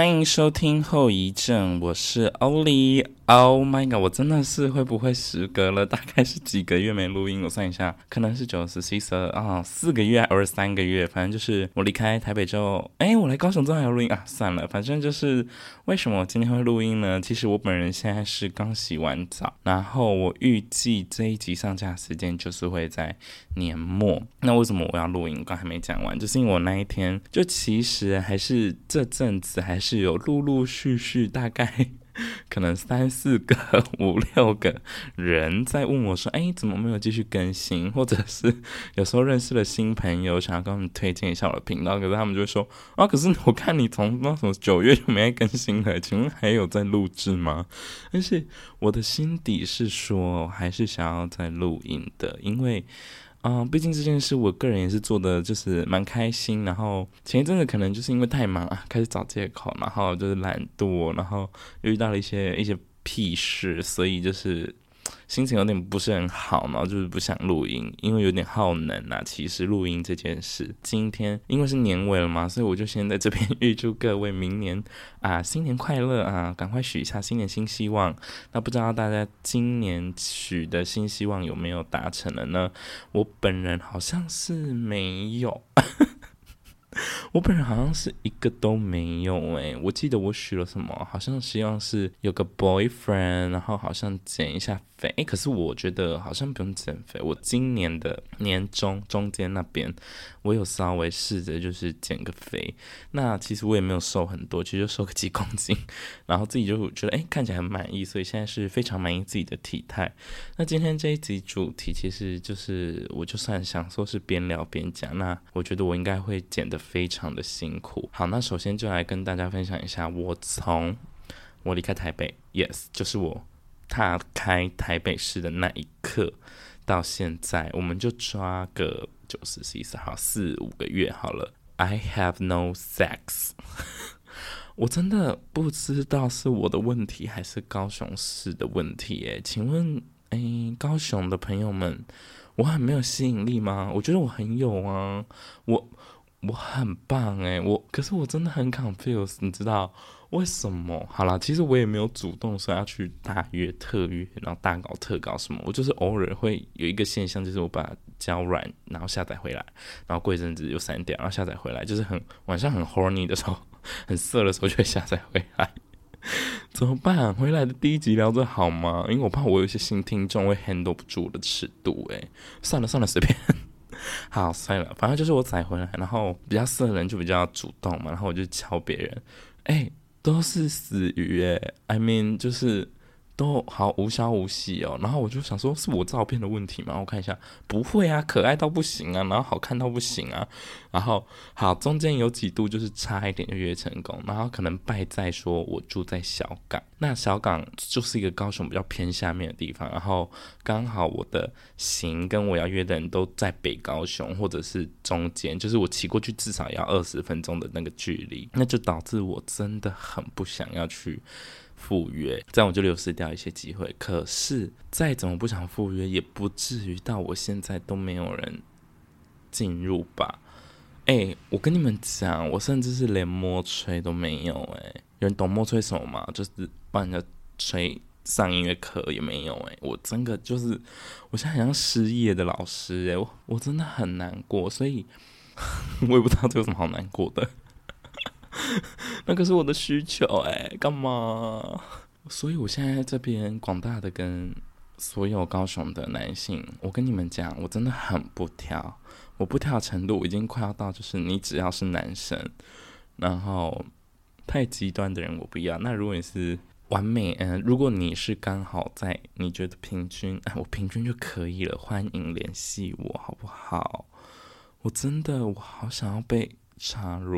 欢迎收听后遗症，我是欧里。Oh my god， 我真的是会不会时隔了大概是几个月没录音？我算一下，可能是9、10、11、12、4个月或者3个月，反正就是我离开台北之后，我来高雄之后还要录音啊，算了，反正就是为什么我今天会录音呢？其实我本人现在是刚洗完澡，然后我预计这一集上架时间就是会在年末。那为什么我要录音？我刚还没讲完，就是因为我那一天就其实还是这阵子还是有陆陆续续大概可能3、4个、5、6个人在问我说，怎么没有继续更新？或者是有时候认识了新朋友，想要跟他们推荐一下我的频道，可是他们就会说，可是我看你从那什么9月就没再更新了，请问还有在录制吗？但是我的心底是说，还是想要再录音的，因为毕竟这件事我个人也是做的就是蛮开心，然后前一阵子可能就是因为太忙开始找借口，然后就是懒惰，然后又遇到了一些屁事，所以就是心情有点不是很好，然后就是不想录音，因为有点耗能啊。其实录音这件事，今天因为是年尾了嘛，所以我就先在这边预祝各位明年新年快乐啊！赶快许一下新年新希望。那不知道大家今年许的新希望有没有达成了呢？我本人好像是没有。我本人好像是一个都没有我记得我许了什么，好像希望是有个 boyfriend， 然后好像减一下肥，可是我觉得好像不用减肥。我今年的年中间那边，我有稍微试着就是减个肥，那其实我也没有瘦很多，其实就瘦个几公斤，然后自己就觉得看起来很满意，所以现在是非常满意自己的体态。那今天这一集主题其实就是我就算想说是边聊边讲，那我觉得我应该会减得非常的辛苦。好，那首先就来跟大家分享一下，我离开台北 ，yes， 就是我踏开台北市的那一刻到现在，我们就抓个90、11、好4、5个月好了。I have no sex 我真的不知道是我的问题还是高雄市的问题请问高雄的朋友们，我很没有吸引力吗？我觉得我很有啊，我很棒可是我真的很 confused， 你知道为什么？好啦，其实我也没有主动说要去大约特约，然后大搞特搞什么，我就是偶尔会有一个现象，就是我把交软然后下载回来，然后过一阵子又删掉，然后下载回来，就是晚上很 horny 的时候，很色的时候就会下载回来。怎么办？回来的第一集聊这好吗？因为我怕我有一些新听众会 handle 不住我的尺度算了，随便。好，算了，反正就是我载回来，然后比较色的人就比较主动嘛，然后我就敲别人，都是死鱼I mean 就是都好无消无息然后我就想说是我照片的问题吗？我看一下，不会啊，可爱到不行啊，然后好看到不行啊，然后好中间有几度就是差一点就约成功，然后可能败在说我住在小港，那小港就是一个高雄比较偏下面的地方，然后刚好我的行跟我要约的人都在北高雄或者是中间，就是我骑过去至少要20分钟的那个距离，那就导致我真的很不想要去赴约，这样我就流失掉一些机会。可是再怎么不想赴约，也不至于到我现在都没有人进入吧。我跟你们讲，我甚至是连摸吹都没有有人懂摸吹什么吗？就是帮人家吹上音乐课也没有我真的就是我现在很像失业的老师我真的很难过，所以我也不知道这有什么好难过的。那个是我的需求干嘛？所以我现在这边广大的跟所有高雄的男性，我跟你们讲，我真的很不挑，我不挑的程度已经快要到就是你只要是男生，然后太极端的人我不要。那如果你是完美如果你是刚好在你觉得平均我平均就可以了，欢迎联系我好不好？我真的我好想要被插入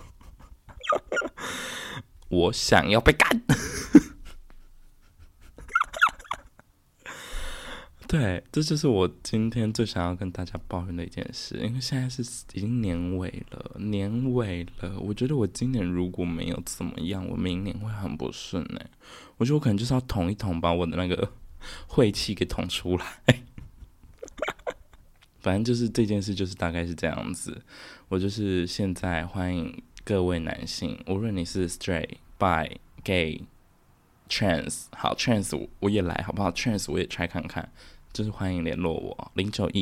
我想要被干对，这就是我今天最想要跟大家抱怨的一件事，因为现在是已经年尾了，我觉得我今年如果没有怎么样，我明年会很不顺我觉得我可能就是要捅一捅，把我的那个晦气给捅出来。反正就是这件事就是大概是这样子，我就是现在欢迎各位男性，无论你是 straight、bi、gay、trans， 好 trans 我也来好不好 ？trans 我也 try 看看，就是欢迎联络我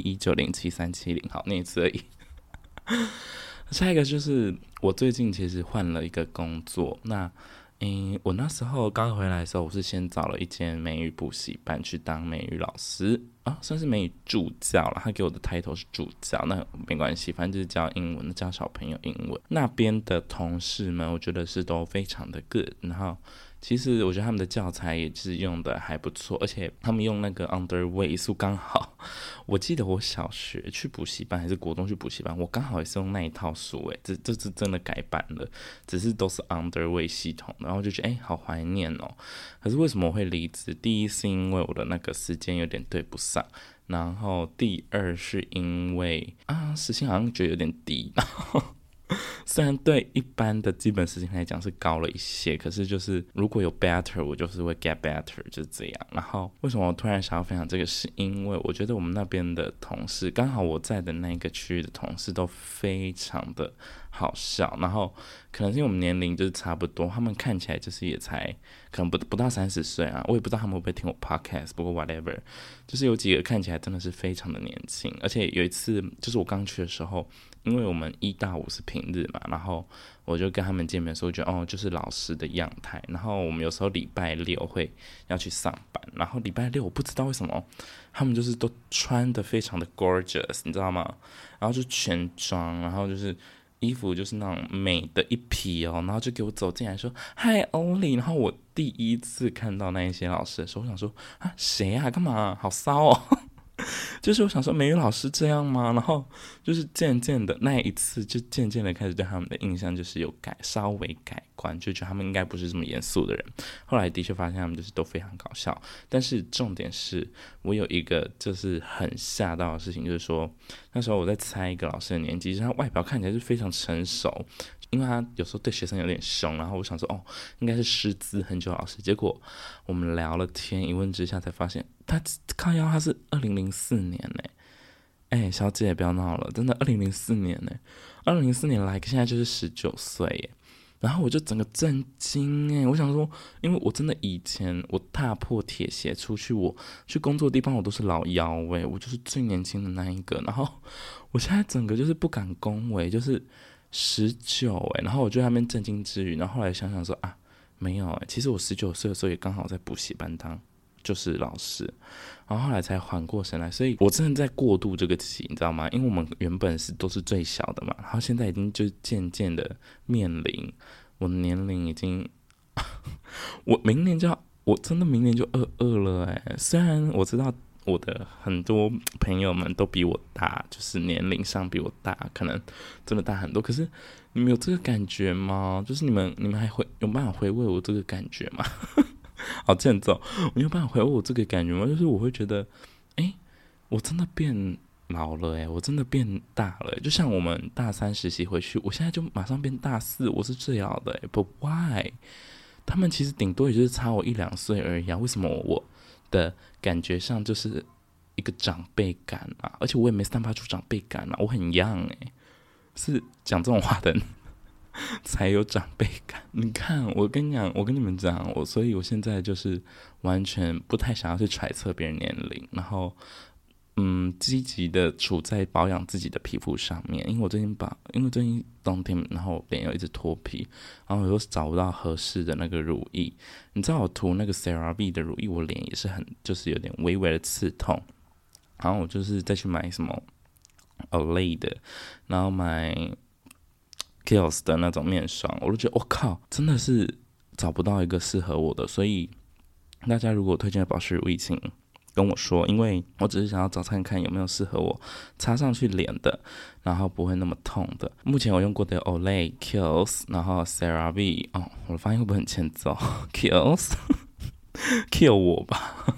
0911907370，好，念一次而已。下一个就是我最近其实换了一个工作，我那时候刚回来的时候，我是先找了一间美语补习班去当美语老师啊，算是美语助教了。他给我的 title 是助教，那没关系，反正就是教英文，教小朋友英文。那边的同事们，我觉得是都非常的 good，然后其实我觉得他们的教材也是用的还不错，而且他们用那个 underway 数刚好，我记得我小学去补习班还是国中去补习班，我刚好也是用那一套书，这是真的改版了，只是都是 underway 系统，然后就觉得好怀念哦。可是为什么我会离职？第一是因为我的那个时间有点对不上，然后第二是因为时薪好像觉得有点低，然后虽然对一般的基本时薪来讲是高了一些，可是就是如果有 better， 我就是会 get better， 就是这样。然后为什么我突然想要分享这个，是因为我觉得我们那边的同事，刚好我在的那个区域的同事都非常的好笑，然后可能是因为我们年龄就是差不多，他们看起来就是也才可能不到30岁啊，我也不知道他们会不会听我 podcast， 不过 whatever， 就是有几个看起来真的是非常的年轻，而且有一次就是我刚去的时候，因为我们1到5是平日嘛，然后我就跟他们见面的时候觉得就是老师的样态，然后我们有时候礼拜六会要去上班，然后礼拜六我不知道为什么他们就是都穿得非常的 gorgeous， 你知道吗？然后就全妆，然后就是衣服就是那种美的一批然后就给我走进来说嗨欧里，然后我第一次看到那一些老师的时候，我想说谁啊，干嘛好骚哦就是我想说美语老师这样吗？然后就是渐渐的那一次就渐渐的开始对他们的印象就是有稍微改观，就觉得他们应该不是这么严肃的人。后来的确发现他们就是都非常搞笑，但是重点是我有一个就是很吓到的事情，就是说那时候我在猜一个老师的年纪，就是他外表看起来是非常成熟，因为他有时候对学生有点凶，然后我想说应该是师资很久的老师，结果我们聊了天，一问之下才发现他靠腰他是2004年小姐不要闹了，真的2004年2004年来现在就是19岁耶，然后我就整个震惊我想说，因为我真的以前我踏破铁鞋出去，我去工作的地方我都是老幺我就是最年轻的那一个，然后我现在整个就是不敢恭维，就是19然后我就在那边震惊之余，然后后来想想说没有其实我19岁的时候也刚好在补习班当就是老师，然后后来才缓过神来，所以我真的在过渡这个期，你知道吗？因为我们原本都是最小的嘛，然后现在已经就渐渐的面临我的年龄已经我真的明年就22了虽然我知道我的很多朋友们都比我大，就是年龄上比我大，可能真的大很多，可是你们有这个感觉吗？就是你们还有办法回味我这个感觉吗？好欠揍，我没有办法回味我这个感觉吗？就是我会觉得我真的变老了我真的变大了就像我们大3实习回去，我现在就马上变大4，我是最老的but why？ 他们其实顶多也就是差我1-2岁而已为什么我的感觉上就是一个长辈感而且我也没散发出长辈感我很 young 是讲这种话的人才有长辈感。你看我跟你们讲所以我现在就是完全不太想要去揣测别人年龄，然后积极的处在保养自己的皮肤上面，因为最近冬天，然后脸又一直脱皮，然后我又找不到合适的那个乳液。你知道我涂那个 CeraVe 的乳液，我脸也是就是有点微微的刺痛，然后我就是再去买什么 Olay 的，然后买 Kiehl's 的那种面霜，我就觉得我靠，真的是找不到一个适合我的。所以大家如果推荐的保湿乳液，请跟我说，因为我只是想要找看看有没有适合我擦上去脸的，然后不会那么痛的。目前我用过的 Olay、Kiehl's， 然后 CeraVe， 我的发音会不会很欠揍？Kiehl's kill 我吧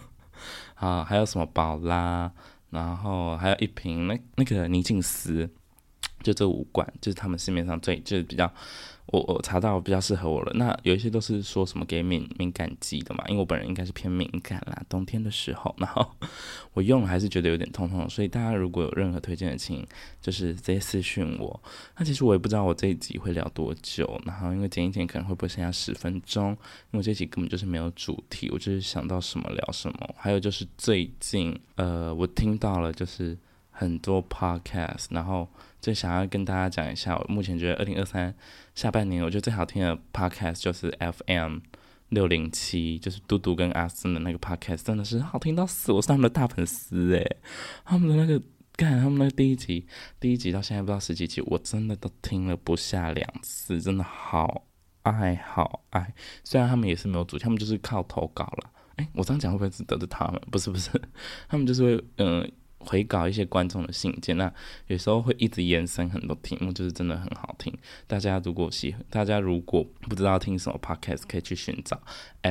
还有什么宝拉，然后还有一瓶那个妮净丝， 就这5罐，就是他们市面上就是比较我查到比较适合我了。那有一些都是说什么给敏感肌的嘛，因为我本人应该是偏敏感啦，冬天的时候，然后我用了还是觉得有点痛痛的，所以大家如果有任何推荐的，请就是直接私讯我。那其实我也不知道我这一集会聊多久，然后因为剪一剪可能会不会剩下10分钟，因为我这一集根本就是没有主题，我就是想到什么聊什么。还有就是最近我听到了就是很多 podcast， 然后就想要跟大家讲一下，我目前觉得2023下半年我觉得最好听的 podcast 就是 FM607，就是嘟嘟跟阿森的那个 podcast， 真的是好听到死，我是他们的大粉丝耶。他们的那个他们那个第一集到现在不知道10几集，我真的都听了不下2次，真的好爱。虽然他们也是没有主题，他们就是靠投稿啦。我这样讲会不会是得罪他们？不是，他们就是会回稿一些观众的信件，那有时候会一直延伸很多题目，就是真的很好听。大家如果不知道听什么 podcast， 可以去寻找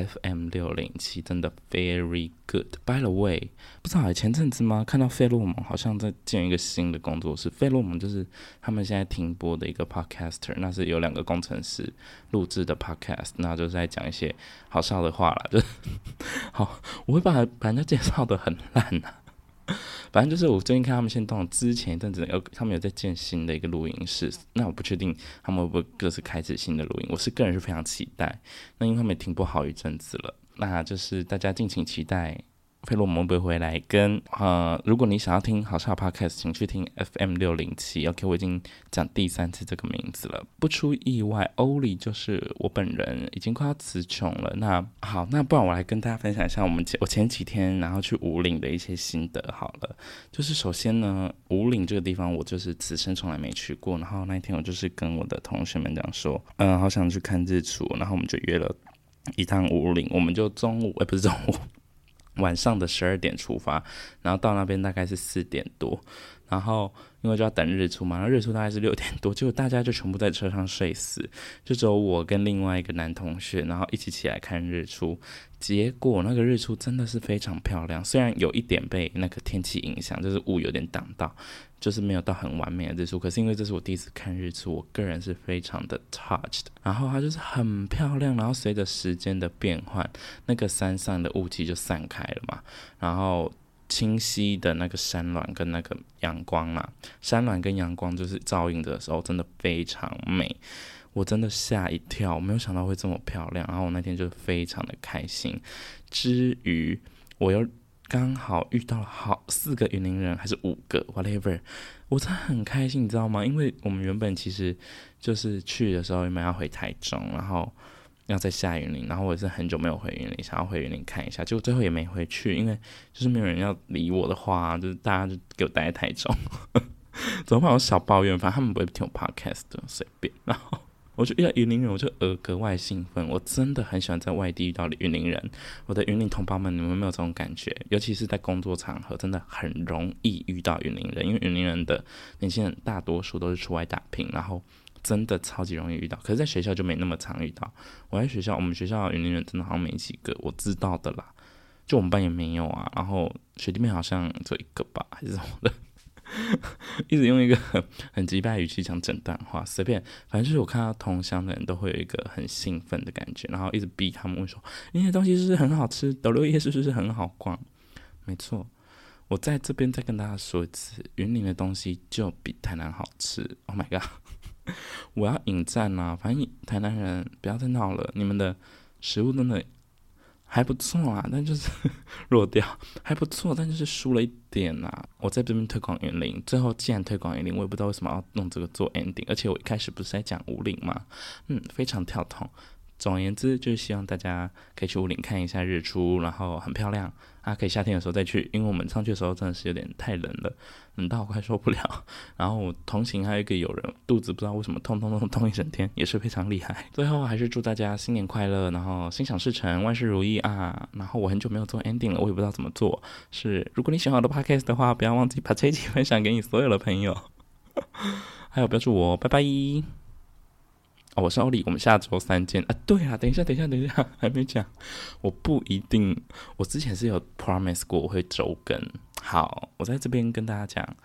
FM607， 真的 very good。By the way， 不知道前阵子吗？看到费洛蒙好像在建一个新的工作室，费洛蒙就是他们现在停播的一个 podcaster， 那是有2个工程师录制的 podcast， 那就是在讲一些好笑的话啦，就是好，我会把人家介绍的很烂啊。反正就是我最近看他们现动，之前一阵子他们有在建新的一个录音室，那我不确定他们会不会各自开始新的录音，我是个人是非常期待。那因为他们也停播好一阵子了，那就是大家敬请期待费洛蒙会回来跟如果你想要听好笑 podcast， 请去听 FM607。 OK， 我已经讲第3次这个名字了。不出意外，欧里就是我本人，已经快要词穷了。那好，那不然我来跟大家分享一下我前几天然后去武岭的一些心得好了。就是首先呢，武岭这个地方我就是此生从来没去过，然后那一天我就是跟我的同学们讲说好想去看日出，然后我们就约了一趟武岭，我们就不是中午晚上的12点出发，然后到那边大概是4点多，然后因为就要等日出嘛，然后日出大概是6点多，结果大家就全部在车上睡死，就只有我跟另外一个男同学，然后一起起来看日出。结果那个日出真的是非常漂亮，虽然有一点被那个天气影响，就是雾有点挡到，就是没有到很完美的日出，可是因为这是我第一次看日出，我个人是非常的 touched。 然后它就是很漂亮，然后随着时间的变换，那个山上的雾气就散开了嘛，然后清晰的那个山峦跟那个阳光啦，山峦跟阳光就是照映的时候真的非常美，我真的吓一跳，我没有想到会这么漂亮，然后我那天就非常的开心。之余我又刚好遇到了4个云林人还是5个 whatever， 我真的很开心，你知道吗？因为我们原本其实就是去的时候原本要回台中，然后要在下云林，然后我也是很久没有回云林，想要回云林看一下，结果最后也没回去，因为就是没有人要理我的话，就是大家就给我待在台中怎么办？我小抱怨，反正他们不会听我 podcast 的，随便。然后我就遇到云林人，我就格外兴奋。我真的很喜欢在外地遇到云林人，我的云林同胞们，你们有没有这种感觉？尤其是在工作场合，真的很容易遇到云林人，因为云林人的年轻人大多数都是出外打拼，然后真的超级容易遇到。可是在学校就没那么常遇到。我们学校的云林人真的好像没几个，我知道的啦，就我们班也没有啊。然后学弟妹好像只有1个吧，还是什么的。一直用一个很击败语气讲整段话，随便，反正就是我看到同乡的人都会有一个很兴奋的感觉，然后一直逼他们问说：“那些东西是不是很好吃？斗六夜是不是很好逛？”没错，我在这边再跟大家说一次，云林的东西就比台南好吃。Oh my god！ 我要引战啊！反正台南人不要再闹了，你们的食物真的还不错啊，但就是弱掉还不错，但就是输了一点啊。我在这边推广云林，最后既然推广云林，我也不知道为什么要弄这个做 ending， 而且我一开始不是在讲武岭吗？非常跳痛。总而言之，就是希望大家可以去武岭看一下日出，然后很漂亮啊，可以夏天的时候再去，因为我们上去的时候真的是有点太冷了，冷到我快受不了。然后我同行还有一个友人肚子不知道为什么痛一整天，也是非常厉害。最后还是祝大家新年快乐，然后心想事成，万事如意啊。然后我很久没有做 ending 了，我也不知道怎么做，是如果你喜欢我的 podcast 的话，不要忘记把这一集分享给你所有的朋友还有标注我，拜拜。我是欧里，我们下周3见啊！对啊，等一下，还没讲，我不一定，我之前是有 promise 过我会周更。好，我在这边跟大家讲，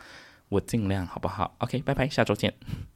我尽量好不好？OK，拜拜，下周见。